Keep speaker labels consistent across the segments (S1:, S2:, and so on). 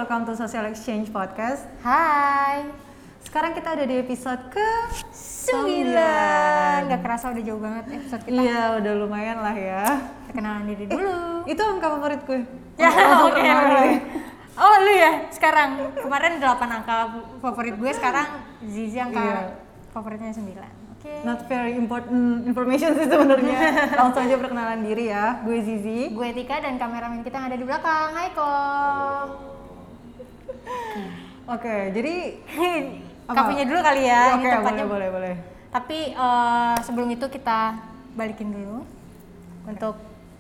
S1: welcome to Social Exchange Podcast.
S2: Hai.
S1: Sekarang kita ada di episode ke-9.
S2: Gak kerasa udah jauh banget episode kita.
S1: Iya, udah lumayan lah ya.
S2: Perkenalan diri dulu.
S1: Itu angka favorit gue.
S2: Ya, oke. Oh, lu ya? Sekarang. Kemarin 8 angka favorit gue, sekarang Zizi angka favoritnya 9. Oke.
S1: Not very important information sih sebenarnya. Langsung aja perkenalan diri ya. Gue Zizi.
S2: Gue Tika dan kameramen kita yang ada di belakang. Hai, Ko.
S1: Oke, jadi
S2: Kafenya dulu kali ya.
S1: Oke,
S2: Ini tempatnya.
S1: boleh.
S2: Tapi sebelum itu kita balikin dulu untuk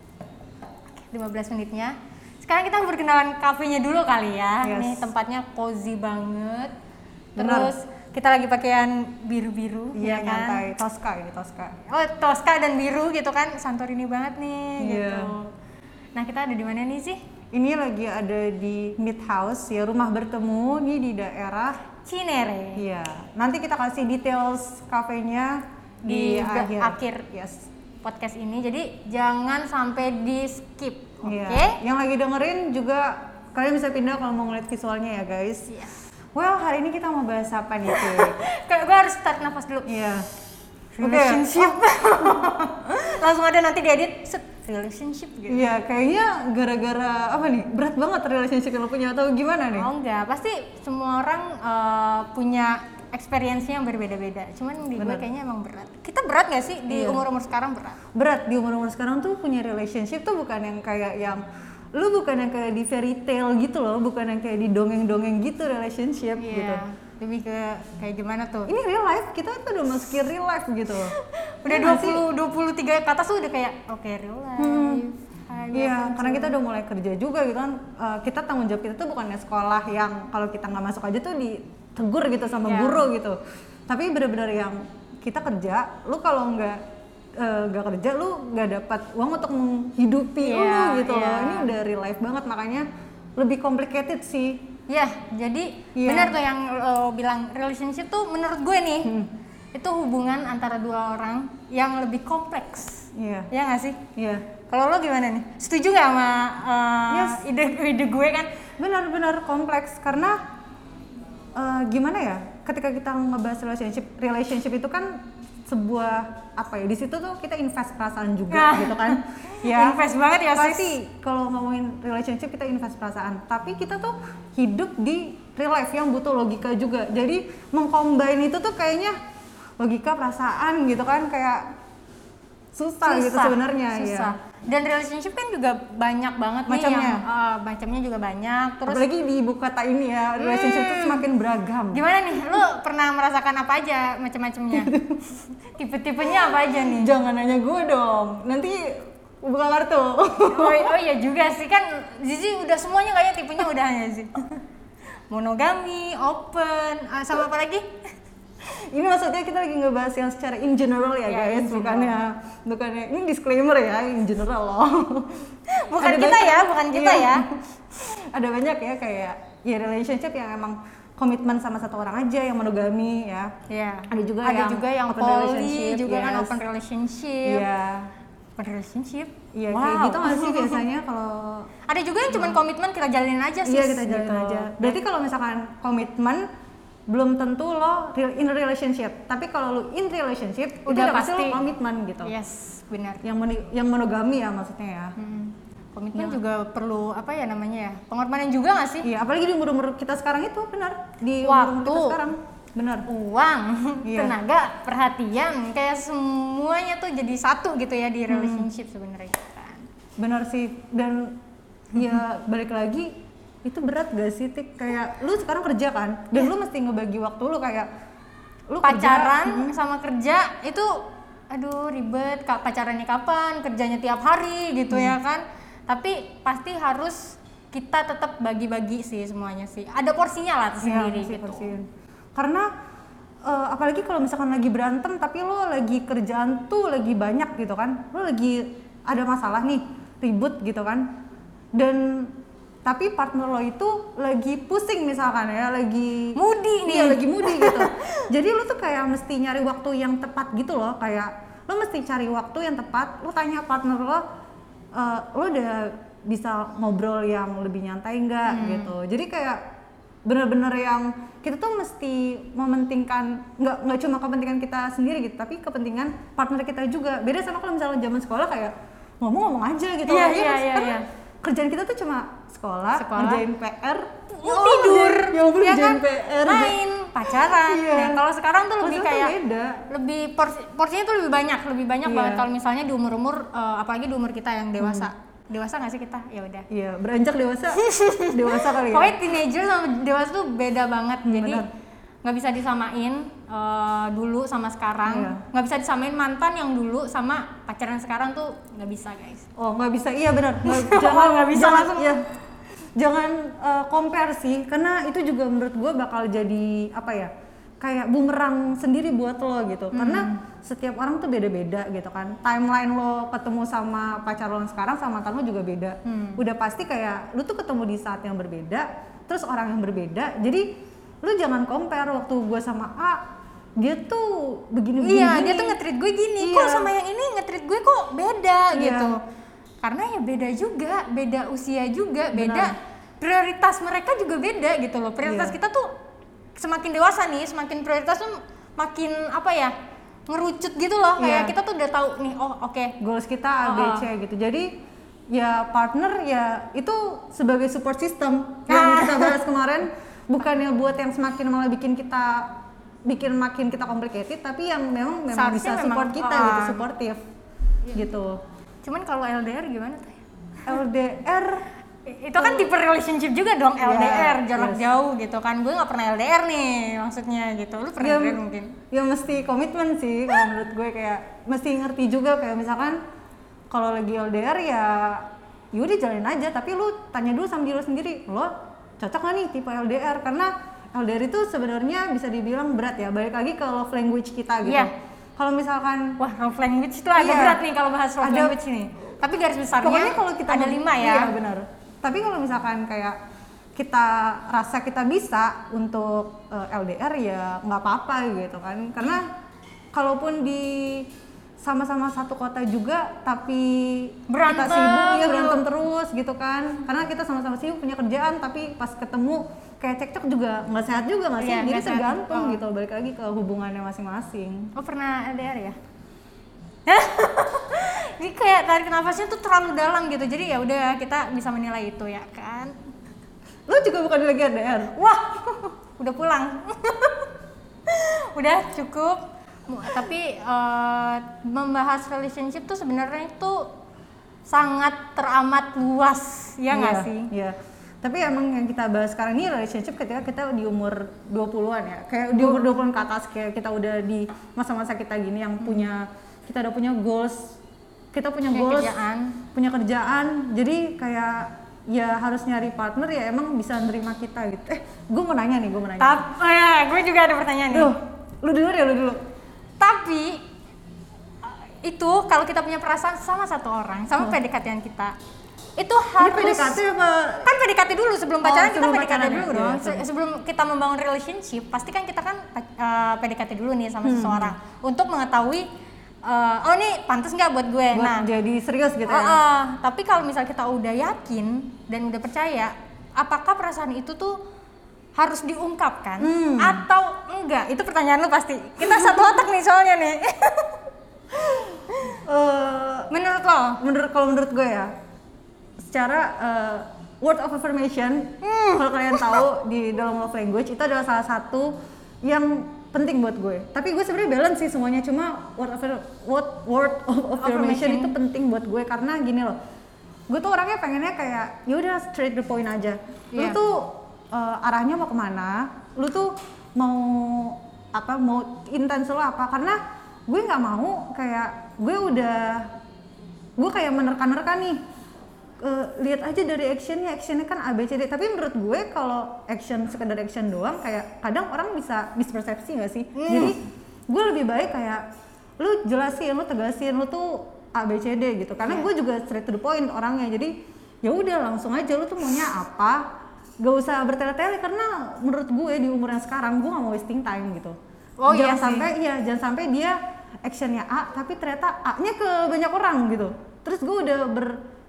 S2: 15 menitnya. Sekarang kita berkenalan kafenya dulu kali ya.
S1: Yes.
S2: Nih tempatnya cozy banget.
S1: Benar.
S2: Terus kita lagi pakaian biru-biru,
S1: Iya,
S2: ya kan?
S1: nyantai. Tosca.
S2: Oh, Tosca dan biru gitu kan, Santorini banget nih
S1: Iya.
S2: gitu. Nah, kita ada di mana nih sih?
S1: Ini lagi ada di Meet House ya, rumah bertemu nih di daerah
S2: Cinere.
S1: Iya. Nanti kita kasih details kafenya di akhir. Yes.
S2: Podcast ini. Jadi jangan sampai di skip. Oke?
S1: Iya. Yang lagi dengerin juga kalian bisa pindah kalau mau ngeliat visualnya ya guys.
S2: Iya.
S1: Well, hari ini kita mau bahas apa nih, Ci?
S2: Kayak gue harus tarik nafas dulu.
S1: Iya.
S2: Relationship. Langsung ada nanti diedit set relationship gitu.
S1: Iya, kayaknya gara-gara apa nih? Berat banget relationship yang lo punya atau gimana nih?
S2: Oh enggak, pasti semua orang punya experience-nya yang berbeda-beda. Cuman di gue
S1: Bener.
S2: kayaknya emang berat. Kita berat gak sih di
S1: Iya.
S2: umur-umur sekarang berat?
S1: Berat di umur-umur sekarang tuh punya relationship tuh bukan yang kayak yang lu bukan yang kayak di fairy tale gitu loh, bukan yang kayak di dongeng-dongeng gitu relationship gitu.
S2: Lebih ke kayak gimana tuh?
S1: Ini real life, kita tuh udah masukin real life gitu.
S2: Udah
S1: Iya nggak sih?
S2: 23 ke atas tuh udah kayak oke real life.
S1: Iya, karena kita udah mulai kerja juga gitu kan. Kita tanggung jawab kita tuh bukannya sekolah yang kalau kita nggak masuk aja tuh ditegur gitu sama guru gitu. Tapi benar-benar yang kita kerja, lu kalau nggak kerja lu nggak dapat uang untuk menghidupi lu gitu loh. Ini udah real life banget, makanya lebih complicated sih.
S2: Ya, jadi benar tuh yang bilang relationship tuh menurut gue nih itu hubungan antara dua orang yang lebih kompleks.
S1: Iya.
S2: Ya nggak sih?
S1: Iya.
S2: Kalau lo gimana nih? Setuju nggak sama ide gue kan?
S1: Benar-benar kompleks karena gimana ya? Ketika kita ngebahas relationship itu kan sebuah apa ya? Di situ tuh kita invest perasaan juga gitu kan. Ya.
S2: Invest banget ya
S1: Pasti kalau ngomongin relationship kita invest perasaan. Tapi kita tuh hidup di real life yang butuh logika juga. Jadi mengcombine itu tuh kayaknya logika perasaan gitu kan kayak susah gitu sebenarnya ya.
S2: Dan relationship kan juga banyak banget
S1: Macamnya.
S2: nih yang macamnya juga banyak. Terus
S1: apalagi di ibu kota ini ya, relationship itu semakin beragam.
S2: gimana nih? Lu pernah merasakan apa aja macam-macamnya? Tipe-tipenya apa aja nih?
S1: Jangan nanya gue dong, nanti buka kartu.
S2: Oh iya juga sih kan Zizi udah semuanya kayaknya tipenya udah hanya sih. Monogami, open, sama apa lagi?
S1: Ini maksudnya kita lagi ngebahas yang secara in general ya guys, bukannya ini disclaimer ya, in general loh.
S2: Bukan kita ya.
S1: Ada banyak ya kayak ya relationship yang emang komitmen sama satu orang aja yang monogami ya.
S2: Iya.
S1: Ada juga yang
S2: open
S1: poly
S2: relationship, juga kan
S1: yes.
S2: open relationship.
S1: Iya.
S2: Open relationship.
S1: Iya kayak gitu nggak sih biasanya kalau
S2: ada juga yang cuman komitmen kita jalanin aja sih.
S1: iya kita jalanin aja. Berarti kalau misalkan komitmen belum tentu lo in a relationship, tapi kalau lo in relationship
S2: udah
S1: itu pasti
S2: pasti
S1: lo komitmen gitu.
S2: Yes, benar.
S1: Yang monogami ya maksudnya ya.
S2: Komitmen juga perlu apa ya namanya ya? Pengorbanan juga nggak sih?
S1: Iya, apalagi di umur-umur kita sekarang itu benar. Di umur kita sekarang benar.
S2: Uang, tenaga, perhatian, kayak semuanya tuh jadi satu gitu ya di relationship sebenarnya kan.
S1: Benar sih, dan ya balik lagi itu berat gak sih Tik? Kayak lu sekarang kerja kan, dan lu mesti ngebagi waktu lu kayak lu
S2: pacaran sama kerja itu aduh ribet, pacarannya kapan, kerjanya tiap hari gitu ya kan. Tapi pasti harus kita tetap bagi-bagi sih semuanya sih. Ada porsinya lah sendiri gitu.
S1: Porsiin. Karena apalagi kalau misalkan lagi berantem tapi lo lagi kerjaan tuh lagi banyak gitu kan, lo lagi ada masalah nih, ribut gitu kan, dan tapi partner lo itu lagi pusing misalkan ya, lagi
S2: moody nih.
S1: Iya, lagi moody gitu. Jadi lo tuh kayak mesti nyari waktu yang tepat gitu loh, kayak lo mesti cari waktu yang tepat, lo tanya partner lo, lo udah bisa ngobrol yang lebih nyantai nggak gitu. Jadi kayak bener-bener yang kita tuh mesti mementingkan nggak cuma kepentingan kita sendiri gitu, tapi kepentingan partner kita juga. Beda sama kalau misalnya zaman sekolah kayak ngomong aja gitu.
S2: Iya.
S1: Kerjaan kita tuh cuma sekolah, ngerjain PR,
S2: tidur,
S1: ya kan?
S2: PR, main, pacaran. Nah, kalau sekarang tuh lebih kayak
S1: beda.
S2: Lebih porsinya tuh lebih banyak banget kalau misalnya di umur apalagi di umur kita yang dewasa. Dewasa nggak sih kita? Ya udah.
S1: Iya, beranjak dewasa. Dewasa kali ya.
S2: Pokoknya teenager sama dewasa tuh beda banget. Jadi nggak bisa disamain dulu sama sekarang. Nggak bisa disamain mantan yang dulu sama pacaran sekarang tuh nggak bisa, guys.
S1: Oh, nggak bisa. Iya benar.
S2: Nggak bisa langsung.
S1: Iya. Jangan compare sih, karena itu juga menurut gue bakal jadi apa ya? Kayak bumerang sendiri buat lo gitu. Karena setiap orang tuh beda-beda gitu kan. Timeline lo ketemu sama pacar lo yang sekarang sama mantan lo juga beda. Udah pasti kayak lu tuh ketemu di saat yang berbeda, terus orang yang berbeda. Jadi lu jangan compare waktu gue sama A, dia tuh begini-begini.
S2: Iya, dia tuh nge-treat gue gini. Kok sama yang ini nge-treat gue kok beda gitu. Karena ya beda juga, beda usia juga, beda prioritas mereka juga beda gitu loh. Prioritas kita tuh semakin dewasa nih, semakin prioritas tuh makin apa ya, ngerucut gitu loh. Kayak kita tuh udah tahu nih,
S1: goals kita A, B, C gitu. Jadi ya partner ya itu sebagai support system yang kita bahas kemarin, bukannya buat yang semakin malah bikin makin kita complicated, tapi yang memang bisa support kita gitu, suportif gitu.
S2: Cuman kalau LDR gimana tuh?
S1: LDR
S2: itu kan tipe relationship juga dong, LDR jarak jauh gitu kan. Gue nggak pernah LDR nih maksudnya gitu. Lu pernah LDR mungkin?
S1: Ya mesti komitmen sih kalau menurut gue, kayak mesti ngerti juga kayak misalkan kalau lagi LDR ya yaudah jalanin aja, tapi lu tanya dulu sama diri lu sendiri, lo cocok gak nih tipe LDR? Karena LDR itu sebenarnya bisa dibilang berat ya, balik lagi ke love language kita gitu. Kalau misalkan
S2: love language itu agak berat nih kalau bahas love language nih. Tapi garis besarnya
S1: pokoknya kalau kita
S2: ada 5 ya.
S1: Iya benar. Tapi kalau misalkan kayak kita rasa kita bisa untuk LDR ya nggak apa-apa gitu kan. Karena kalaupun di sama-sama satu kota juga tapi kita sibuk berantem terus gitu kan. Karena kita sama-sama sibuk punya kerjaan, tapi pas ketemu kayak cekcok juga nggak sehat juga nggak sih? Jadi tergantung gitu, balik lagi ke hubungannya masing-masing.
S2: Oh pernah LDR ya? Ini kayak tarik nafasnya tuh terlalu dalam gitu, jadi ya udah kita bisa menilai itu ya kan.
S1: Lu juga bukan lagi LDR?
S2: Wah, udah pulang. Udah cukup. Tapi membahas relationship tuh sebenarnya itu sangat teramat luas, ya nggak sih?
S1: Iya. Tapi emang yang kita bahas sekarang ini relationship ketika kita di umur 20-an ya. Kayak di umur 20-an ke atas, kayak kita udah di masa-masa kita gini yang kita udah punya goals. Kita punya goals, punya kerjaan. Jadi kayak ya harus nyari partner ya emang bisa nerima kita gitu. Gue mau nanya nih,
S2: gue juga ada pertanyaan nih.
S1: Lu dulu.
S2: Tapi itu kalau kita punya perasaan sama satu orang, sama PDKT-an kita, itu harus.
S1: Ini PDKT apa?
S2: Kan PDKT dulu sebelum pacaran, kita PDKT dulu dong.
S1: Sebelum
S2: kita membangun relationship, pasti kan kita kan PDKT dulu nih sama seseorang untuk mengetahui oh nih pantas nggak buat gue.
S1: Buat jadi serius gitu ya.
S2: Tapi kalau misal kita udah yakin dan udah percaya, apakah perasaan itu tuh harus diungkapkan atau enggak? Itu pertanyaan lu pasti. Kita satu otak nih soalnya nih. Menurut lo?
S1: Kalau menurut gue ya, secara word of affirmation, kalau kalian tahu di dalam love language itu adalah salah satu yang penting buat gue. Tapi gue sebenarnya balance sih semuanya, cuma word of affirmation itu penting buat gue karena gini loh. Gue tuh orangnya pengennya kayak ya udah straight the point aja. Lu tuh arahnya mau kemana? Lu tuh mau intens lo apa? Karena gue nggak mau kayak gue kayak menerka-nerka nih. Lihat aja dari actionnya kan ABCD. Tapi menurut gue kalau sekedar action doang kayak kadang orang bisa mispersepsi nggak sih? Jadi gue lebih baik kayak lu jelasin, lu tegasin, lu tuh ABCD gitu. Karena gue juga straight to the point orangnya. Jadi ya udah langsung aja lu tuh maunya apa? Gak usah bertele-tele karena menurut gue di umur yang sekarang gue nggak mau wasting time gitu. Jangan sampai dia actionnya A tapi ternyata A-nya ke banyak orang gitu. Terus gue udah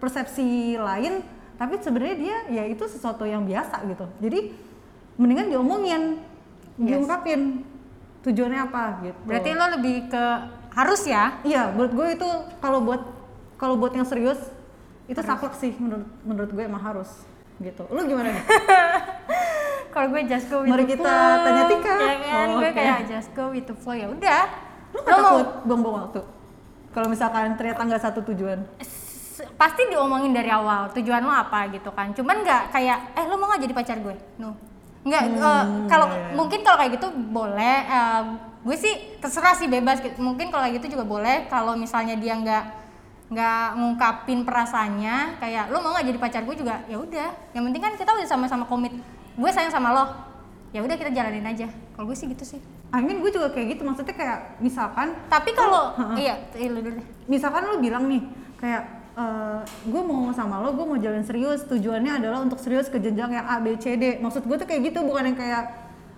S1: persepsi lain, tapi sebenarnya dia ya itu sesuatu yang biasa gitu. Jadi mendingan diomongin, diungkapin tujuannya apa gitu.
S2: Berarti lo lebih ke harus ya?
S1: Iya, menurut gue itu kalau buat yang serius itu saklek sih menurut gue emang harus gitu. Lu gimana nih?
S2: Kalau gue just go with
S1: Mari
S2: the
S1: kita
S2: flow,
S1: tanya Tika.
S2: ya kan?
S1: Oh,
S2: Gue
S1: oke.
S2: kayak just go with the flow, ya udah.
S1: Lu gak takut buang-buang waktu? Kalau misalkan ternyata nggak satu tujuan?
S2: Pasti diomongin dari awal tujuan lo apa gitu kan. Cuman nggak kayak lo mau nggak jadi pacar gue? No. Nggak. Kalau mungkin kalau kayak gitu boleh. Gue sih terserah sih, bebas. Mungkin kalau kayak gitu juga boleh. Kalau misalnya dia nggak ngungkapin perasaannya, kayak lo mau nggak jadi pacar gue juga, ya udah. Yang penting kan kita udah sama-sama komit. Gue sayang sama lo. Ya udah kita jalanin aja. Kalau gue sih gitu sih.
S1: Gue juga kayak gitu, maksudnya kayak misalkan
S2: Tapi kalau lu dulu deh.
S1: misalkan lu bilang nih kayak gue mau sama lo, gue mau jalan serius, tujuannya adalah untuk serius ke jenjang yang A, B, C, D. Maksud gue tuh kayak gitu, bukan yang kayak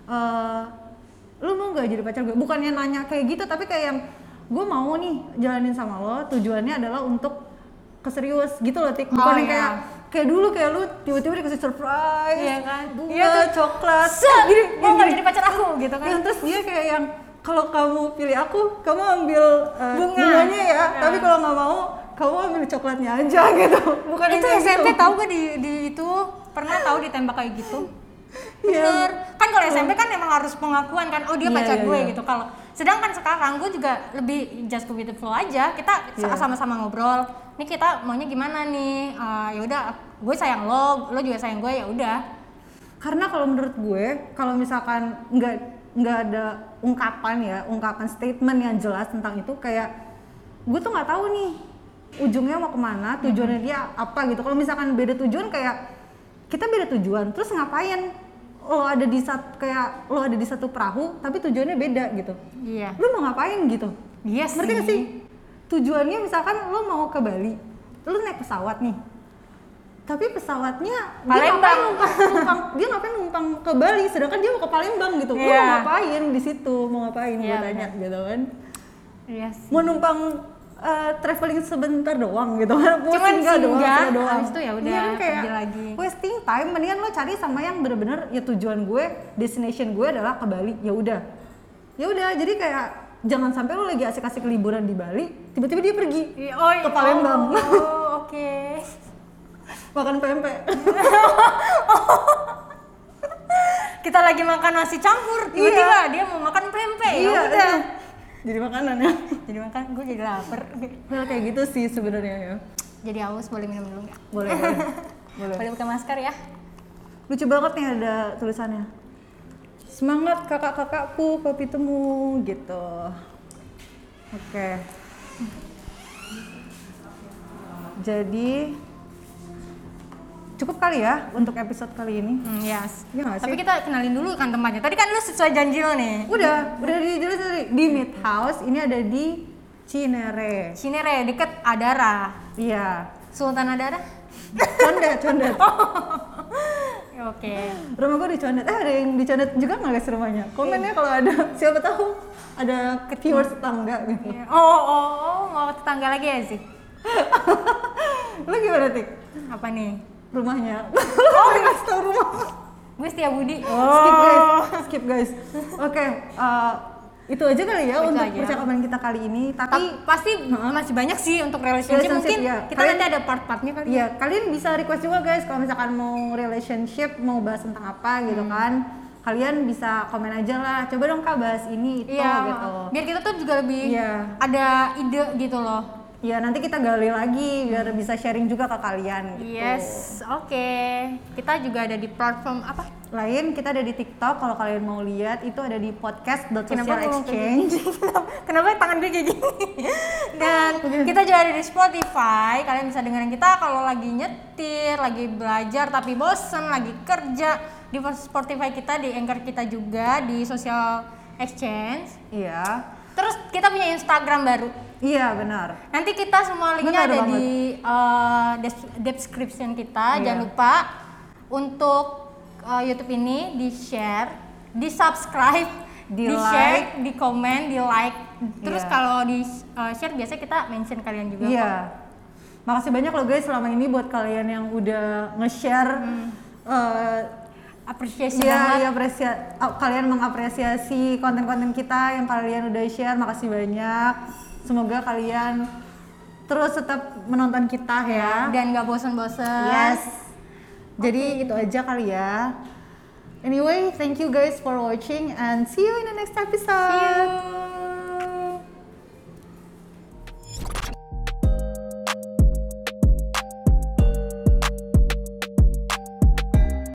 S1: lu mau gak jadi pacar gue, bukannya nanya kayak gitu, tapi kayak yang gue mau nih jalanin sama lo, tujuannya adalah untuk keserius gitu loh, Tik. Bukan yang kayak dulu kayak lu tiba-tiba dikasih surprise,
S2: iya kan?
S1: bunga, coklat,
S2: mau nggak jadi pacar aku gitu kan?
S1: yang terus dia kayak yang kalau kamu pilih aku, kamu ambil bunganya ya, tapi kalau nggak mau, kamu ambil coklatnya aja gitu. Bukan
S2: itu
S1: yang kayak
S2: SMP
S1: gitu.
S2: tahu gak di itu pernah tahu ditembak kayak gitu? Bener. Kan kalau SMP kan emang harus pengakuan kan, oh dia pacar gue gitu. Kalau sedangkan sekarang gue juga lebih just go with the flow aja. Kita sama-sama ngobrol. Nih kita maunya gimana nih? Ya udah, gue sayang lo juga sayang gue, ya udah.
S1: Karena kalau menurut gue, kalau misalkan nggak ada ungkapan statement yang jelas tentang itu, kayak gue tuh nggak tahu nih ujungnya mau kemana, tujuannya dia apa gitu. Kalau misalkan beda tujuan, kayak kita beda tujuan, terus ngapain lo ada di satu perahu tapi tujuannya beda gitu.
S2: Iya.
S1: Lu mau ngapain gitu?
S2: Iya
S1: Ngerti gak sih? Tujuannya misalkan lo mau ke Bali, lu naik pesawat nih, tapi pesawatnya dia ngapain numpang ke Bali, sedangkan dia mau ke Palembang gitu. Lu mau ngapain di situ? Mau ngapain? Gue tanya gitu kan.
S2: Iya sih.
S1: Mau numpang traveling sebentar doang gitu kan,
S2: Cuman singgah
S1: doang.
S2: habis itu ya udah
S1: Kan kayak
S2: kerja lagi.
S1: wasting time. Mendingan lo cari sama yang bener-bener ya tujuan gue, destination gue adalah ke Bali. Ya udah, jadi kayak jangan sampai lo lagi asik-asik liburan di Bali, tiba-tiba dia pergi ke Palembang.
S2: Oke.
S1: Makan pempek.
S2: Kita lagi makan nasi campur, tiba-tiba dia mau makan pempek. Ya udah.
S1: Jadi makanan ya.
S2: Jadi makan, gue jadi lapar.
S1: Nah, kayak gitu sih sebenarnya ya.
S2: Jadi haus, boleh minum dulu nggak?
S1: Boleh.
S2: Boleh buka masker ya.
S1: Lucu banget nih ada tulisannya. Semangat kakak-kakakku, kopi temu gitu. Oke. Jadi cukup kali ya untuk episode kali ini.
S2: Yes.
S1: Iya nggak sih?
S2: Tapi kita kenalin dulu kan tempatnya. Tadi kan lu sesuai janji lo nih.
S1: Udah dijelasin tadi di Meat House. Ini ada di Cinere.
S2: Cinere deket Adara.
S1: Iya.
S2: Sultan Adara?
S1: Condet.
S2: Oke.
S1: Rumah gue di Condet. Ada yang di Condet juga nggak guys rumahnya? Komen ya kalau ada. Siapa tahu ada viewers tetangga gitu.
S2: Oh, mau tetangga lagi ya sih?
S1: Lu gimana, Tik?
S2: Apa nih?
S1: Rumahnya. Oh, ngasih tau rumah.
S2: Gue Setiabudi.
S1: Skip guys. Oke, itu aja kali ya
S2: Itu
S1: untuk
S2: aja.
S1: percakapan kita kali ini. Tapi
S2: Pasti masih banyak sih untuk relationship. Mungkin
S1: ya.
S2: kita nanti ada part-partnya kali.
S1: Iya, kalian bisa request juga guys kalau misalkan mau relationship, mau bahas tentang apa gitu kan. Kalian bisa komen aja lah. Coba dong Kak bahas ini itu gitu.
S2: Biar kita tuh juga lebih ada ide gitu loh.
S1: Ya nanti kita gali lagi biar bisa sharing juga ke kalian gitu.
S2: Yes, oke. Kita juga ada di platform apa?
S1: Lain kita ada di TikTok, kalau kalian mau lihat itu ada di podcast.socialexchange.
S2: Kenapa tangan gue kayak gini? Dan kita juga ada di Spotify. Kalian bisa dengerin kita kalau lagi nyetir, lagi belajar tapi bosen, lagi kerja. Di Spotify kita, di Anchor kita juga, di Social Exchange.
S1: Iya.
S2: Terus kita punya Instagram baru.
S1: Iya benar.
S2: Nanti kita semua linknya ada di description kita. Jangan lupa untuk YouTube ini di share, di subscribe, di share, di komen, di like. Terus kalau di share biasanya kita mention kalian juga.
S1: Iya. Makasih banyak loh guys selama ini buat kalian yang udah nge-share
S2: Apresiasi
S1: Iya,
S2: banget.
S1: kalian mengapresiasi konten-konten kita yang kalian udah share. Makasih banyak. Semoga kalian terus tetap menonton kita ya.
S2: Dan gak bosan-bosan.
S1: Yes. Jadi itu aja kali ya. Anyway, thank you guys for watching and see you in the next episode.
S2: See you.